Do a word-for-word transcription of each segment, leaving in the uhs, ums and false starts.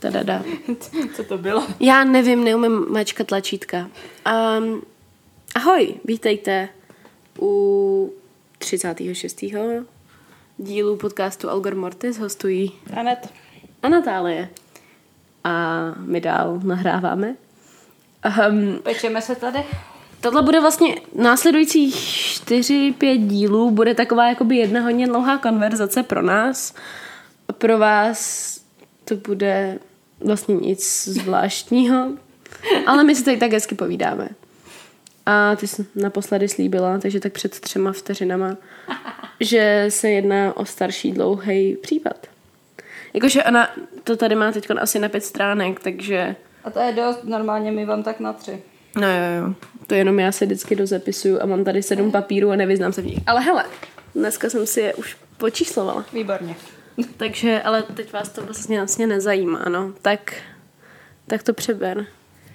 Tadada. Co to bylo? Já nevím, neumím mačkat tlačítka. Um, ahoj, vítejte u třicátého šestého dílu podcastu Algor Mortis. Hostují Anet a Natálie. A my dál nahráváme. Um, Pečeme se tady. Tohle bude vlastně následujících čtyři, pět dílů. Bude taková jakoby jedna hodně dlouhá konverzace pro nás. Pro vás to bude vlastně nic zvláštního. Ale my si tady tak hezky povídáme. A ty jsi naposledy slíbila, takže tak před třema vteřinama, že se jedná o starší dlouhý případ. Jakože ona to tady má teď asi na pět stránek, takže... A to je dost, normálně my vám tak na tři. No jo, jo. To jenom já se vždycky dozapisuju a mám tady sedm papírů a nevyznám se v nich. Ale hele, dneska jsem si je už počíslovala. Výborně. Takže, ale teď vás to vlastně, vlastně nezajímá, no. Tak, tak to přeber.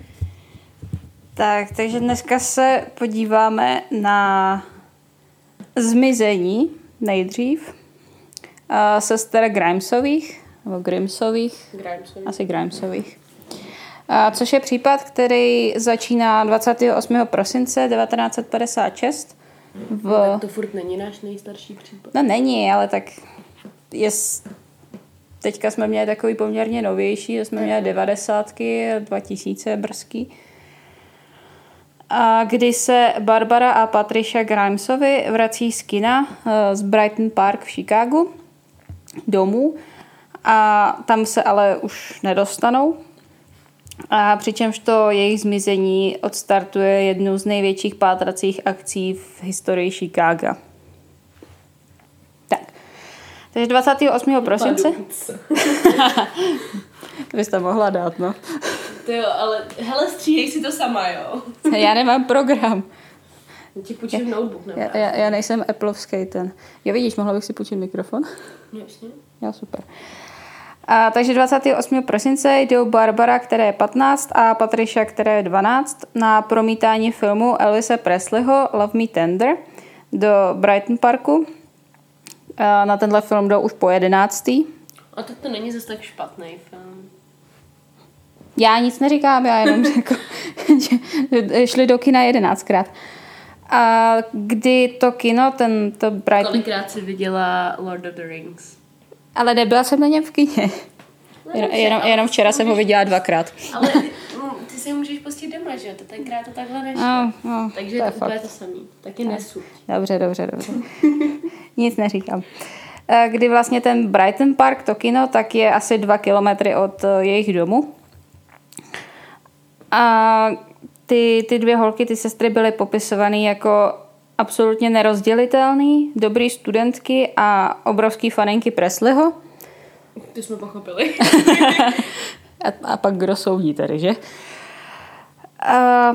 Tak, takže dneska se podíváme na zmizení nejdřív uh, sester Grimesových, nebo Grimsových, Grimesových. asi Grimesových. Uh, což je případ, který začíná dvacátého osmého prosince devatenáct set padesát šest. V... No, to furt není náš nejstarší případ. No není, ale tak je... Teďka jsme měli takový poměrně novější, že jsme měli devadesátky, dva tisíce brzký. A kdy se Barbara a Patricia Grimesovi vrací z kina z Brighton Park v Chicagu domů a tam se ale už nedostanou. A přičemž to jejich zmizení odstartuje jednu z největších pátracích akcí v historii Chicaga. Tak. Takže dvacátého osmého prosince. To bys tam mohla dát, no. To jo, ale hele, stříhej si to sama, jo. Já nemám program. Já ti půjčím notebook, já, já, já nejsem applovský ten. Jo, vidíš, mohla bych si půjčit mikrofon? No, jasně. Jo, super. A, takže dvacátého osmého prosince jdou Barbara, které je patnáct, a Patricia, které je dvanáct, na promítání filmu Elvise Presleyho Love Me Tender do Brighton Parku. A na tenhle film jdou už po jedenáctý. A tak to není zase tak špatný film. Já nic neříkám, já jenom řekl, že šli do kina jedenáctkrát. A kdy to kino, ten to Brighton... Kolikrát jsi viděla Lord of the Rings? Ale nebyla jsem na něm v kině. Jen, jenom, jenom včera jsem ho viděla dvakrát. Ale ty si ho můžeš pustit doma, že? To tenkrát to takhle nešlo. No, no, takže to je je to úplně fakt. to samý. Taky nesuď. Dobře, dobře, dobře. Nic neříkám. Kdy vlastně ten Brighton Park, to kino, tak je asi dva kilometry od jejich domu. A ty, ty dvě holky, ty sestry byly popisované jako absolutně nerozdělitelný, dobrý studentky a obrovský faninky Presleyho. To jsme pochopili. a, a pak kdo soudí tady, že? A, a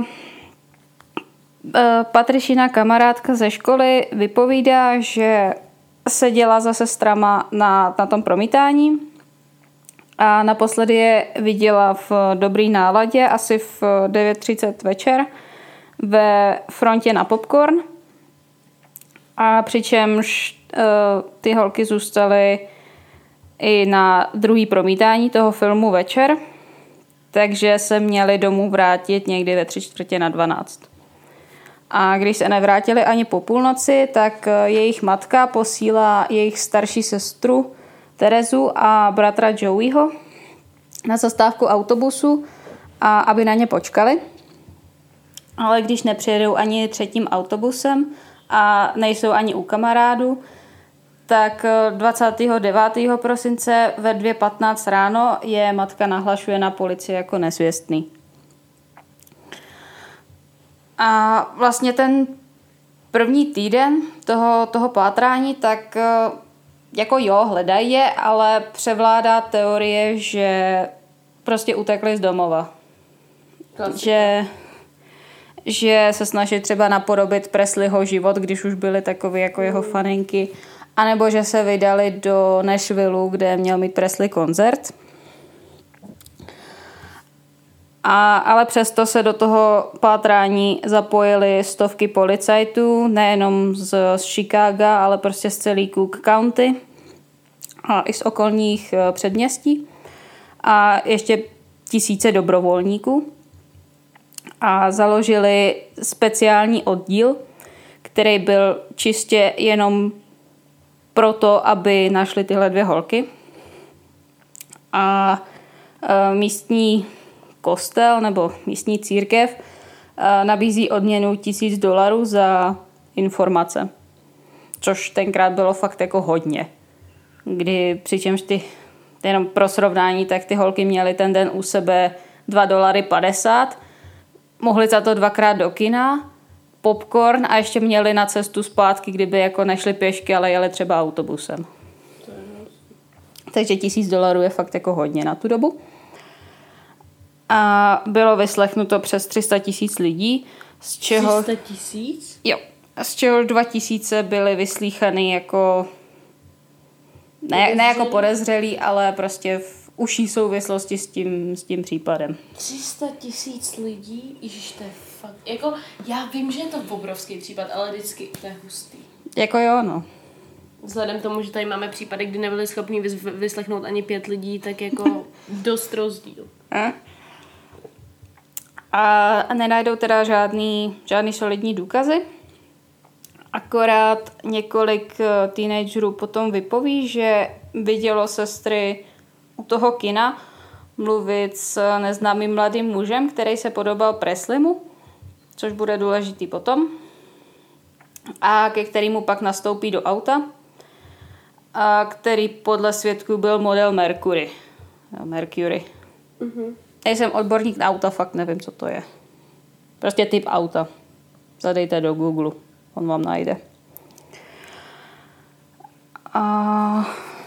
Patricina kamarádka ze školy vypovídá, že seděla za sestrama na, na tom promítání a naposledy je viděla v dobrý náladě, asi v devět třicet večer ve frontě na popcorn. A přičemž uh, ty holky zůstaly i na druhý promítání toho filmu večer, takže se měly domů vrátit někdy ve tři čtvrtě na dvanáct. A když se nevrátili ani po půlnoci, tak jejich matka posílá jejich starší sestru Terezu a bratra Joeyho na zastávku autobusu, a aby na ně počkali. Ale když nepřijedou ani třetím autobusem a nejsou ani u kamarádu, tak dvacátého devátého prosince ve dvě patnáct ráno je matka nahlašuje na policii jako nezvěstný. A vlastně ten první týden toho, toho pátrání, tak jako jo, hledají je, ale převládá teorie, že prostě utekli z domova. Že, že se snaží třeba napodobit Presleyho život, když už byli takový jako jeho faninky, anebo že se vydali do Nashvilleu, kde měl mít Presley koncert. A, ale přesto se do toho pátrání zapojily stovky policajtů, nejenom z, z Chicaga, ale prostě z celý Cook County a i z okolních předměstí. a ještě tisíce dobrovolníků. A založili speciální oddíl, který byl čistě jenom proto, aby našli tyhle dvě holky. A místní kostel nebo místní církev nabízí odměnu tisíc dolarů za informace. Což tenkrát bylo fakt jako hodně. Kdy přičemž ty, jenom pro srovnání, tak ty holky měly ten den u sebe dva dolary padesát. Mohli za to dvakrát do kina, popcorn a ještě měli na cestu zpátky, kdyby jako nešli pěšky, ale jeli třeba autobusem. Takže tisíc dolarů je fakt jako hodně na tu dobu. A bylo vyslechnuto přes tři sta tisíc lidí, z čeho... tři sta tisíc? Jo. Z čeho dva tisíce byly vyslýchany jako... Ne, ne jako podezřelí, ale prostě v uší souvislosti s tím, s tím případem. tři sta tisíc lidí? Ježiš, to je fakt... Jako, já vím, že je to obrovský případ, ale vždycky to je hustý. Jako jo, no. Vzhledem k tomu, že tady máme případy, kdy nebyli schopni vyslechnout ani pět lidí, tak jako dost rozdíl. A? A nenajdou teda žádný, žádný solidní důkazy. Akorát několik teenagerů potom vypoví, že vidělo sestry u toho kina mluvit s neznámým mladým mužem, který se podobal Presleymu, což bude důležitý potom, a ke kterému pak nastoupí do auta, a který podle svědků byl model Mercury. Mercury. Mm-hmm. Nejsem odborník na auta, fakt nevím, co to je. Prostě typ auta. Zadejte do Google, on vám najde. A...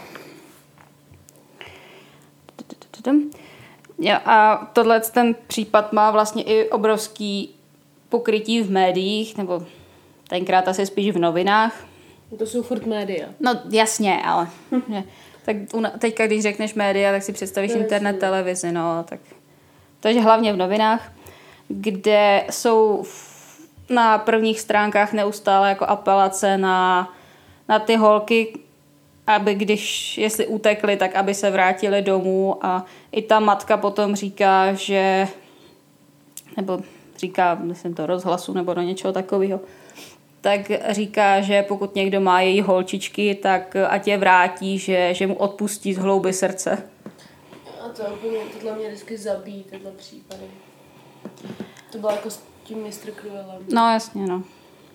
A tohle ten případ má vlastně i obrovský pokrytí v médiích, nebo tenkrát asi spíš v novinách. To jsou furt média. No jasně, ale tak teďka, když řekneš média, tak si představíš no, internet, jasně. Televizi, no, tak takže hlavně v novinách, kde jsou na prvních stránkách neustále jako apelace na, na ty holky, aby když, jestli utekli, tak aby se vrátili domů, a i ta matka potom říká, že nebo říká, myslím to rozhlasu nebo do něčeho takového, tak říká, že pokud někdo má její holčičky, tak ať je vrátí, že, že mu odpustí z hlouby srdce. A to úplně, tohle mě vždycky zabíjí, tyhle případy. To bylo jako s tím mistr Cruellem. No jasně, no.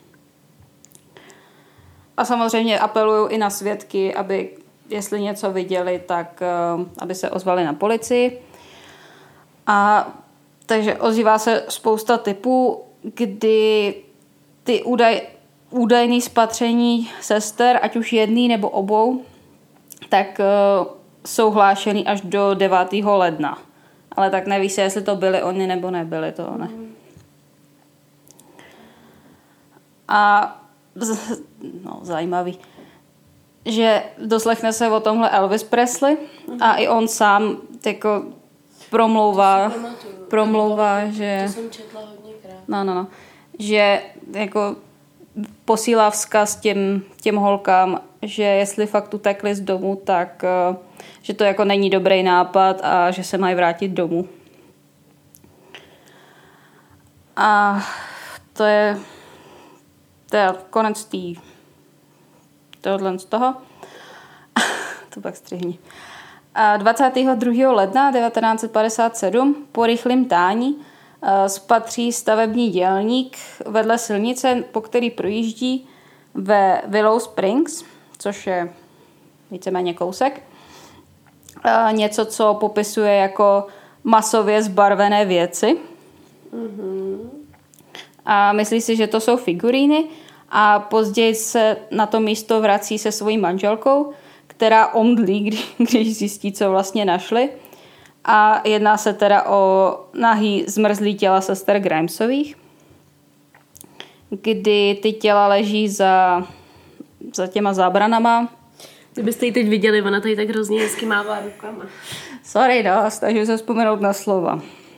A samozřejmě apeluju i na svědky, aby, jestli něco viděli, tak uh, aby se ozvali na policii. A takže ozývá se spousta typů, kdy ty údaj, údajný spatření sester, ať už jedný nebo obou, tak uh, jsou hlášený až do devátého ledna. Ale tak neví se, jestli to byly oni nebo nebyly, to ne. Mm. A no, zajímavý, že doslechne se o tomhle Elvis Presley mm. a i on sám jako promlouvá, promlouvá, že... To jsem četla hodněkrát. No, no, no. Že jako posílá vzkaz těm, těm holkám, že jestli fakt utekli z domu, tak že to jako není dobrý nápad a že se mají vrátit domů. A to je to je konec tý tohle z toho. To pak střihni. dvacátého druhého ledna devatenáct set padesát sedm po rychlém tání spatří stavební dělník vedle silnice, po který projíždí ve Willow Springs, což je víceméně kousek. Něco, co popisuje jako masově zbarvené věci. Mm-hmm. A myslí si, že to jsou figuríny, a později se na to místo vrací se svojí manželkou, která omdlí, když zjistí, co vlastně našli. A jedná se teda o nahý zmrzlý těla sester Grimesových, kdy ty těla leží za, za těma zábranama. Kdybyste ji teď viděli, ona tady tak hrozně hezky mává rukama. Sorry, no, snažím se vzpomenout na slova.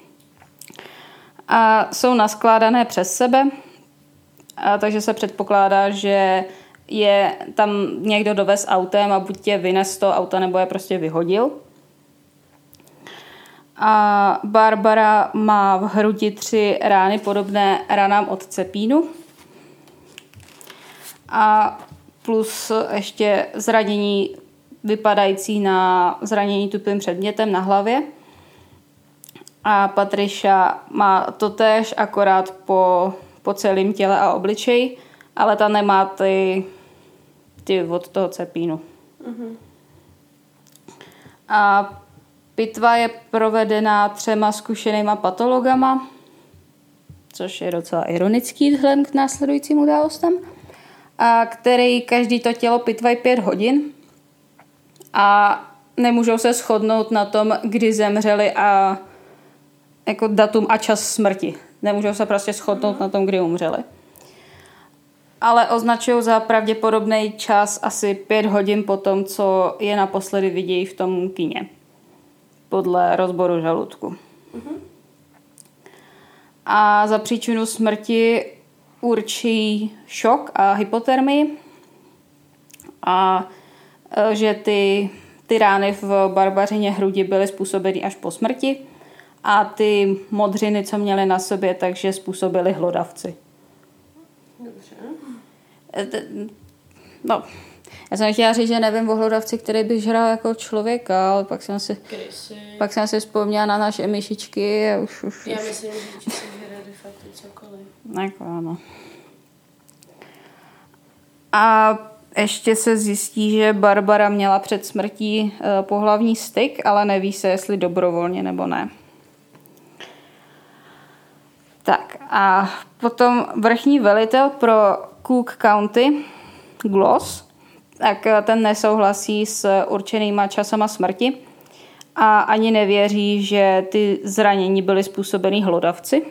A jsou naskládané přes sebe, a takže se předpokládá, že je tam někdo dovez autem a buď je vynes z toho auta, nebo je prostě vyhodil. A Barbara má v hrudi tři rány podobné ranám od cepínu. A plus ještě zranění vypadající na zranění tupým předmětem na hlavě. A Patricia má totéž, akorát po, po celém těle a obličeji, ale ta nemá ty, ty od toho cepínu. Mm-hmm. A pitva je provedená třema zkušenýma patologama, což je docela ironický vzhledem k následujícím událostem, a který každý to tělo pitvají pět hodin a nemůžou se shodnout na tom, kdy zemřeli a jako datum a čas smrti. Nemůžou se prostě shodnout na tom, kdy umřeli. Ale označují za pravděpodobný čas asi pět hodin po tom, co je naposledy vidějí v tom kině. Podle rozboru žaludku. Mm-hmm. A za příčinu smrti určí šok a hypotermii. A že ty, ty rány v Barbařině hrudi byly způsobeny až po smrti. A ty modřiny, co měly na sobě, takže způsobily hlodavci. Dobře. No, já jsem chtěla říct, že nevím o hlodavci, který by žral jako člověka, ale pak jsem si, pak jsem si vzpomněla na naše myšičky a už, už, Já už. myslím, že si žere de facto cokoliv. Jako ano. A ještě se zjistí, že Barbara měla před smrtí pohlavní styk, ale neví se, jestli dobrovolně nebo ne. Tak a potom vrchní velitel pro Cook County, Gloss, tak ten nesouhlasí s určenýma časama smrti a ani nevěří, že ty zranění byly způsobený hlodavci.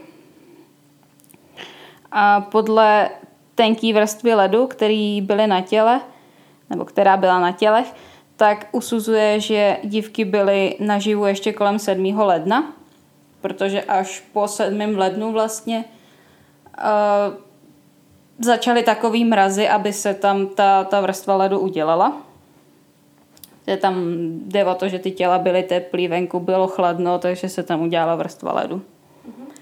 A podle tenký vrstvy ledu, který byly na těle, nebo která byla na tělech, tak usuzuje, že dívky byly naživu ještě kolem sedmého ledna, protože až po sedmém lednu vlastně uh, začaly takový mrazy, aby se tam ta, ta vrstva ledu udělala. Je tam jde o to, že ty těla byly teplý, venku bylo chladno, takže se tam udělala vrstva ledu. Mm-hmm.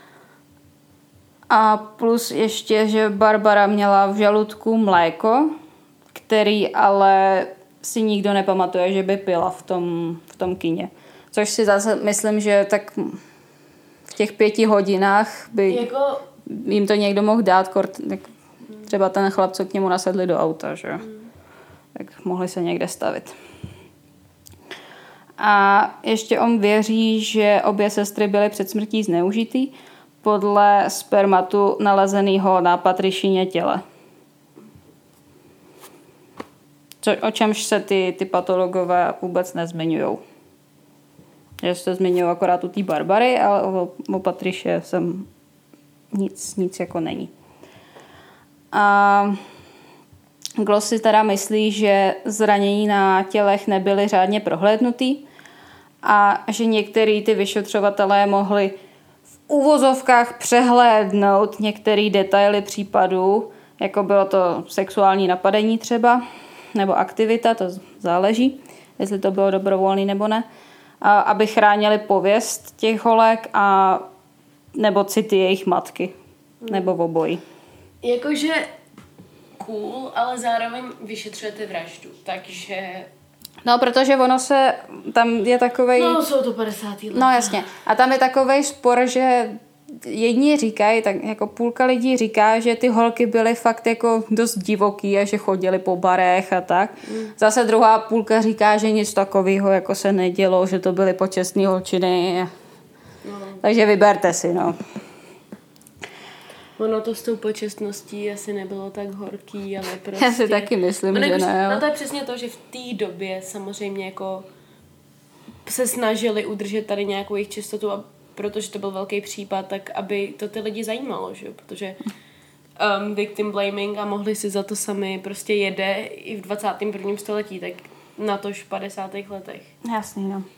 A plus ještě, že Barbara měla v žaludku mléko, který ale si nikdo nepamatuje, že by pila v tom, v tom kině. Což si zase myslím, že tak v těch pěti hodinách by jako jim to někdo mohl dát, kort, tak třeba ten chlap, co k němu nasedli do auta, že? Hmm. Tak mohli se někde stavit. A ještě on věří, že obě sestry byly před smrtí zneužitý podle spermatu nalezeného na Patriciině těle. Co, o čemž se ty, ty patologové vůbec nezmiňují. Že se zmiňují akorát u té Barbary, ale o, o Patricie jsem nic, nic jako není. A Gloss si teda myslí, že zranění na tělech nebyly řádně prohlédnutý a že některý ty vyšetřovatelé mohli v uvozovkách přehlédnout některé detaily případů, jako bylo to sexuální napadení třeba, nebo aktivita, to záleží, jestli to bylo dobrovolný nebo ne, a aby chránili pověst těch holek a nebo city jejich matky, nebo obojí. Jakože cool, ale zároveň vyšetřujete vraždu, takže... No, protože ono se, tam je takovej... No, jsou to padesátá let. No, jasně. A tam je takovej spor, že jedni říkají, tak jako půlka lidí říká, že ty holky byly fakt jako dost divoký a že chodili po barech a tak. Mm. Zase druhá půlka říká, že nic takového jako se nedělo, že to byly počestný holčiny. No. Takže vyberte si, no. Ono to s tou počestností asi nebylo tak horký, ale prostě... Já si taky myslím, no, že ne. Jo. No to je přesně to, že v té době samozřejmě jako se snažili udržet tady nějakou jejich čistotu a protože to byl velký případ, tak aby to ty lidi zajímalo, že? Protože um, victim blaming a mohli si za to sami prostě jede i v dvacátém prvním století, tak natož v padesátých letech. Jasný, no.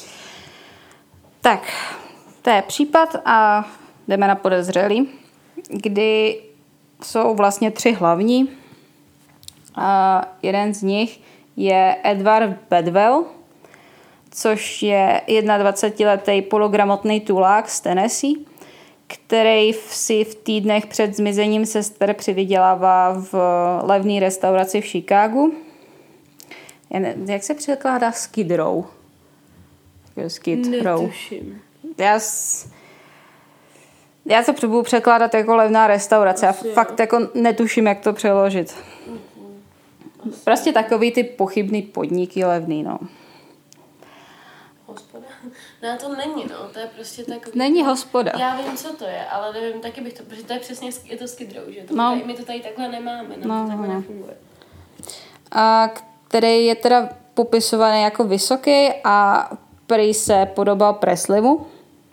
Tak, to je případ a jdeme na podezřelý, kdy jsou vlastně tři hlavní. A jeden z nich je Edward Bedwell, což je jednadvacetiletý pologramotný tulák z Tennessee, který si v týdnech před zmizením sester přivydělává v levné restauraci v Chicagu. Jak se překládá Skid Row? Skid Row. Netuším. Já, s... Já to budu překládat jako levná restaurace. Asi Já fakt jako netuším, jak to přeložit. Uh-huh. Prostě takový ty pochybný podniky levný, no. Hospoda? No to není, no. To je prostě takový... Není hospoda. Já vím, co to je, ale nevím, taky bych to... Protože to je přesně, je to Skid Row, že? To No. tady, my to tady takhle nemáme, no, No, to takhle no. nefunguje. A který je teda popisovaný jako vysoký a prý se podobal Presleymu.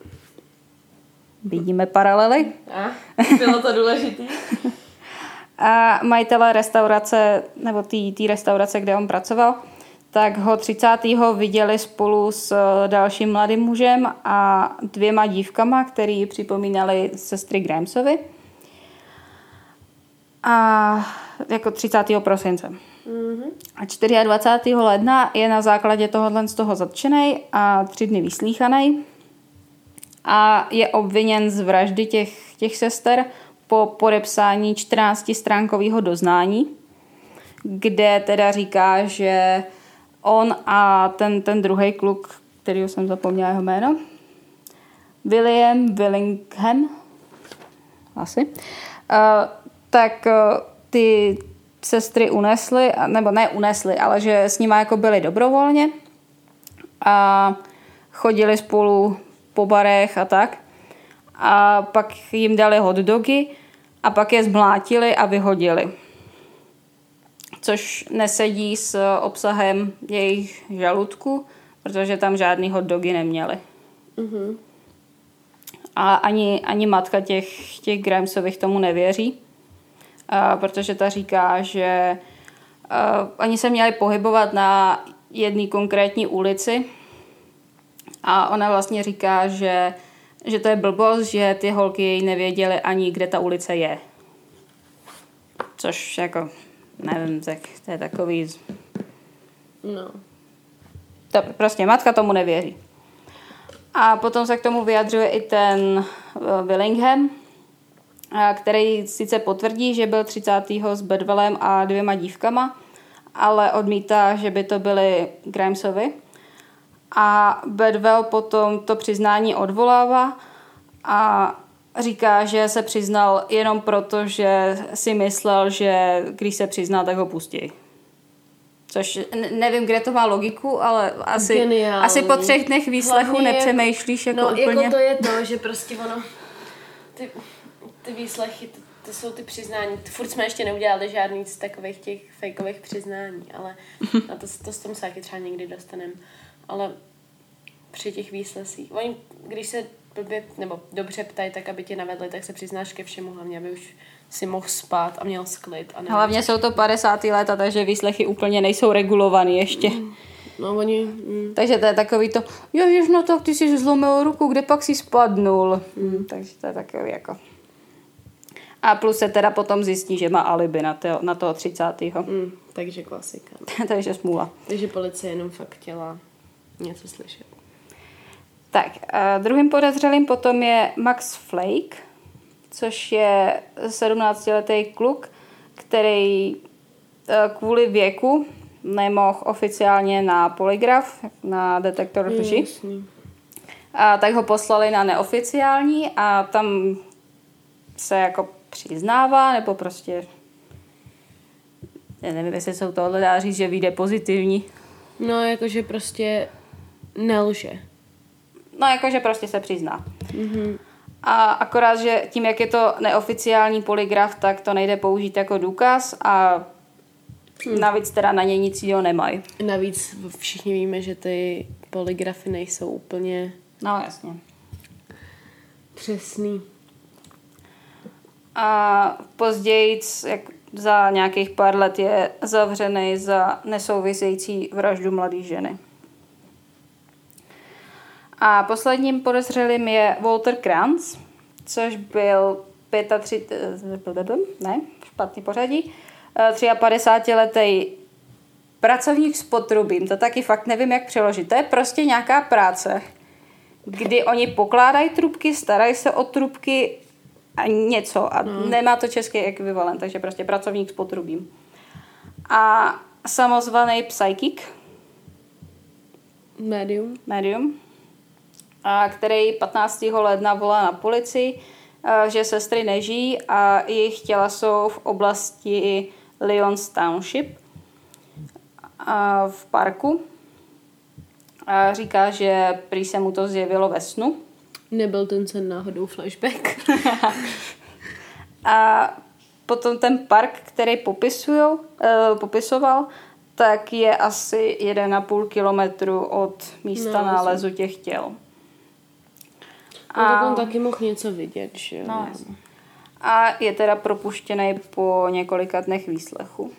Vidíme paralely. A? Bylo to důležitý. A majitele restaurace, nebo té restaurace, kde on pracoval, tak ho třicátého viděli spolu s dalším mladým mužem a dvěma dívkama, který připomínali sestry Grahamsovi. A jako třicátého prosince. Mm-hmm. A dvacátého čtvrtého ledna je na základě tohohle z toho zatčenej a tři dny vyslíchanej. A je obviněn z vraždy těch, těch sester po podepsání čtrnáctistránkového doznání, kde teda říká, že on a ten, ten druhý kluk, kterýho jsem zapomněla jeho jméno, William Willingham, asi, uh, tak uh, ty sestry unesly, nebo ne unesly, ale že s nima jako byli dobrovolně a chodili spolu po barech a tak. A pak jim dali hot dogy a pak je zmlátili a vyhodili. Což nesedí s obsahem jejich žaludku, protože tam žádný hot dogy neměli. Mm-hmm. A ani, ani matka těch, těch Grahamsových tomu nevěří, a protože ta říká, že uh, oni se měli pohybovat na jedné konkrétní ulici a ona vlastně říká, že, že to je blbost, že ty holky jej nevěděly ani, kde ta ulice je. Což jako, nevím, tak to je takový... No. To, prostě matka tomu nevěří. A potom se k tomu vyjadřuje i ten Willingham, který sice potvrdí, že byl třicátého s Bedwellem a dvěma dívkama, ale odmítá, že by to byly Grahamsovi. A Bedwell potom to přiznání odvolává a říká, že se přiznal jenom proto, že si myslel, že když se přizná, tak ho pustí. Což nevím, kde to má logiku, ale asi, asi po třech dnech výslechu hlavně nepřemýšlíš jako no, úplně... No jako to je to, že prostě ono... Ty, ty výslechy, to, to jsou ty přiznání. Furt jsme ještě neudělali žádný z takových těch fejkových přiznání, ale na to, to s tom se taky třeba někdy dostaneme. Ale při těch výslesích. Oni, když se blbě, nebo dobře ptají, tak aby tě navedli, tak se přiznáš ke všemu, hlavně aby už si mohl spát a měl sklid. A hlavně jsou to padesátá léta, takže výslechy úplně nejsou regulovaný ještě. Mm. No oni... Mm. Takže to je takový to, jo, jež no tak ty jsi zlomil ruku, kde pak si spadnul. Mm. Takže to je takový jako... A plus se teda potom zjistí, že má alibi na, teo, na toho třicátého Mm, takže klasika. Takže smůla. Takže policie jenom fakt chtěla něco slyšet. Tak, a druhým podezřelým potom je Max Flake, což je sedmnáctiletý kluk, který kvůli věku nemohl oficiálně na polygraf, na detektor lži. A tak ho poslali na neoficiální a tam se jako přiznává, nebo prostě já nevím, jestli se tohle dá říct, že vyjde pozitivní. No, jakože prostě nelže. No, jakože prostě se přizná. Mm-hmm. A akorát, že tím, jak je to neoficiální polygraf, tak to nejde použít jako důkaz a hmm. navíc teda na něj nic jiného nemají. Navíc všichni víme, že ty polygrafy nejsou úplně... No, jasně. Přesný. A později, jak za nějakých pár let, je zavřený za nesouvisející vraždu mladé ženy. A posledním podezřelým je Walter Kranz, což byl třicet pět, ne, špatný pořadí, padesátletý pracovník s potrubím, to taky fakt nevím, jak přeložit. To je prostě nějaká práce, kdy oni pokládají trubky, starají se o trubky a něco. A no. Nemá to český ekvivalent, takže prostě pracovník s potrubím. A samozvaný psychic. Medium. Medium. A který patnáctého ledna volá na policii, že sestry nežijí a jejich těla jsou v oblasti Lyons Township a v parku. A říká, že prý se mu to zjevilo ve snu. Nebyl ten sen náhodou flashback. A potom ten park, který popisujou, uh, popisoval, tak je asi jeden a půl kilometru od místa no, nálezu těch těl. No, a tak on taky mohl něco vidět, že jo? No, a je teda propuštěný po několika dnech výslechu.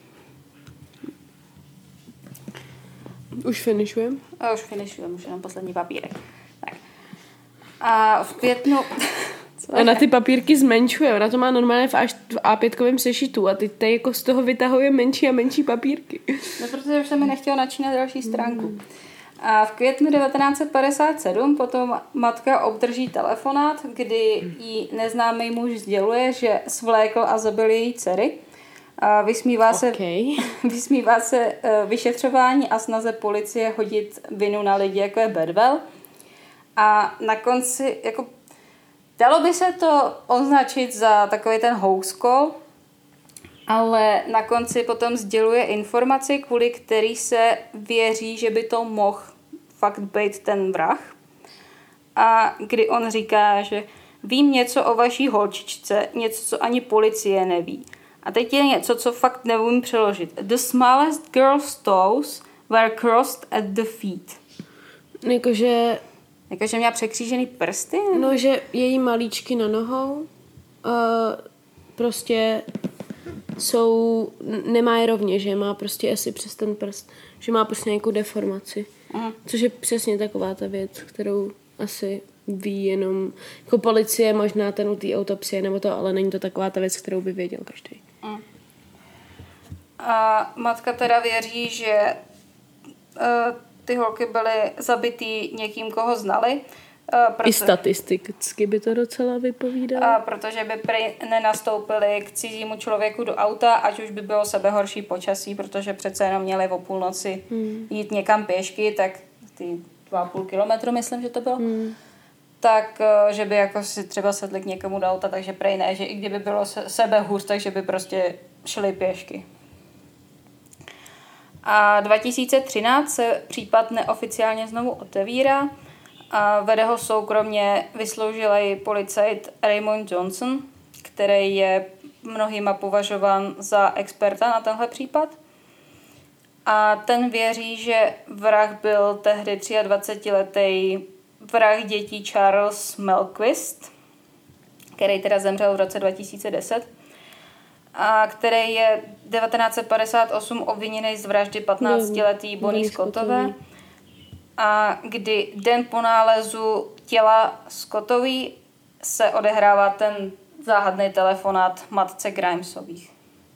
Už finišujeme? A už finišujeme, už jenom poslední papírek. Tak. A v květnu... Ona ty papírky zmenšuje, ona to má normálně v á pětkovém sešitu a teď tady jako z toho vytahuje menší a menší papírky. No, protože už se mi nechtělo načínat další stránku. Mm. A v květnu devatenáct set padesát sedm potom matka obdrží telefonát, kdy jí neznámý muž sděluje, že svlékl a zabil její dcery. A vysmívá se, okay. vysmívá se vyšetřování a snaze policie hodit vinu na lidi, jako je Bedwell. A na konci, jako dalo by se to označit za takový ten hoax call, ale na konci potom sděluje informaci, kvůli který se věří, že by to mohl fakt být ten vrah. A kdy on říká, že vím něco o vaší holčičce, něco, co ani policie neví. A teď je něco, co fakt nevím přeložit. The smallest girl's toes were crossed at the feet. Jakože... Jakože měla překřížený prsty? No, že její malíčky na nohou uh, prostě jsou, nemá je rovně, že má prostě asi přes ten prst, že má prostě nějakou deformaci. Aha. Což je přesně taková ta věc, kterou asi ví jenom jako policie, možná ten u té autopsie nebo to, ale není to taková ta věc, kterou by věděl každý. Aha. A matka teda věří, že uh, ty holky byly zabitý někým, koho znali. Proto, I statisticky by to docela vypovídalo. A protože by prej nenastoupili k cizímu člověku do auta, ať už by bylo sebehorší počasí, protože přece jenom měli o půlnoci hmm. jít někam pěšky, tak ty dva a půl kilometru, myslím, že to bylo, hmm. tak že by jako si třeba sedli k někomu do auta, takže prej ne, že i kdyby bylo sebehůř, takže by prostě šli pěšky. A dva tisíce třináct se případ neoficiálně znovu otevírá a vede ho soukromně vysloužilý policajt Raymond Johnson, který je mnohýma považován za experta na tenhle případ. A ten věří, že vrah byl tehdy dvacetiletý vrah dětí Charles Melquist, který teda zemřel v roce dva tisíce deset. A který je devatenáct set padesát osm obviněný z vraždy patnáctiletý Bonnie Scottové. A kdy den po nálezu těla Scottový se odehrává ten záhadný telefonát matce Grimesových.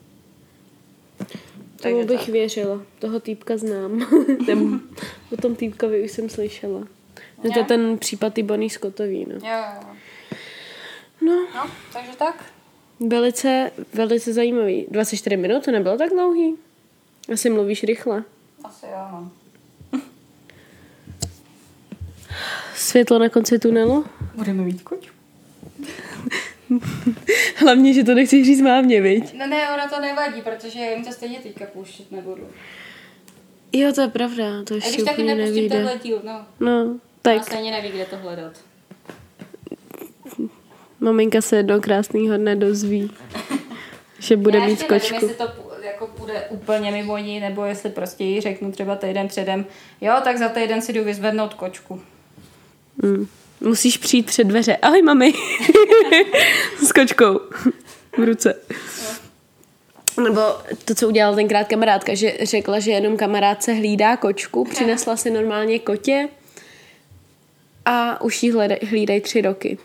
Tomu bych tak věřila. Toho týpka znám. O tom týpkovi už jsem slyšela. Je to ten případ ty Bonnie Scottový. No. Jo, jo. No. no, takže tak. Velice, velice zajímavý. dvacet čtyři minut, to nebylo tak dlouhý? Asi mluvíš rychle. Asi jo, no. Světlo na konci tunelu? Budeme mít kočku. Hlavně, že to nechceš říct mámě, viď? No ne, ona to nevadí, protože jim to stejně teďka pouštět nebudu. Jo, to je pravda, to ještě úplně nevíde. A když taky nepustím tenhle díl, no. No, tak. Ona stejně neví, kde to hledat. Maminka se jednou krásného dne dozví, že bude Já mít kočku. Nevím, jestli to jako bude úplně mimo ní, nebo jestli prostě jí řeknu třeba týden předem, jo, tak za týden si jdu vyzvednout kočku. Hmm. Musíš přijít před dveře. Ahoj, mami. S kočkou v ruce. No. Nebo to, co udělala tenkrát kamarádka, že řekla, že jenom kamarádce hlídá kočku, přinesla si normálně kotě a už jí hlídají tři roky.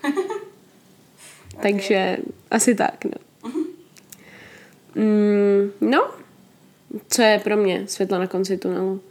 Takže asi tak, no. Mm, no, Co je pro mě světlo na konci tunelu?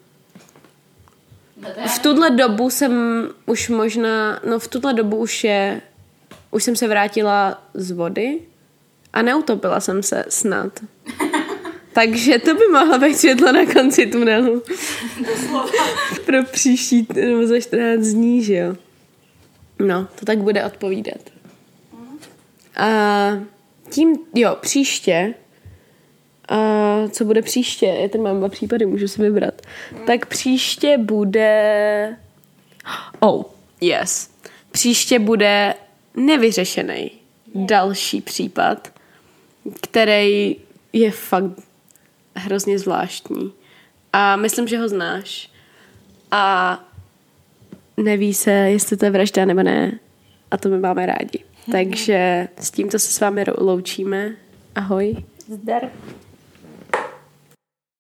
V tuhle dobu jsem už možná, no v tuhle dobu už je, už jsem se vrátila z vody a neutopila jsem se snad. Takže to by mohlo být světlo na konci tunelu. Pro příští, nebo za čtrnáct dní, že jo. No, to tak bude odpovídat. A tím, jo, příště, a co bude příště, já tady mám dva případy, můžu si vybrat. Tak příště bude, oh, yes, příště bude nevyřešený další případ, který je fakt hrozně zvláštní. A myslím, že ho znáš. A neví se, jestli to je vražda nebo ne. A to my máme rádi. Takže s tímto se s vámi loučíme. Ahoj. Zdar.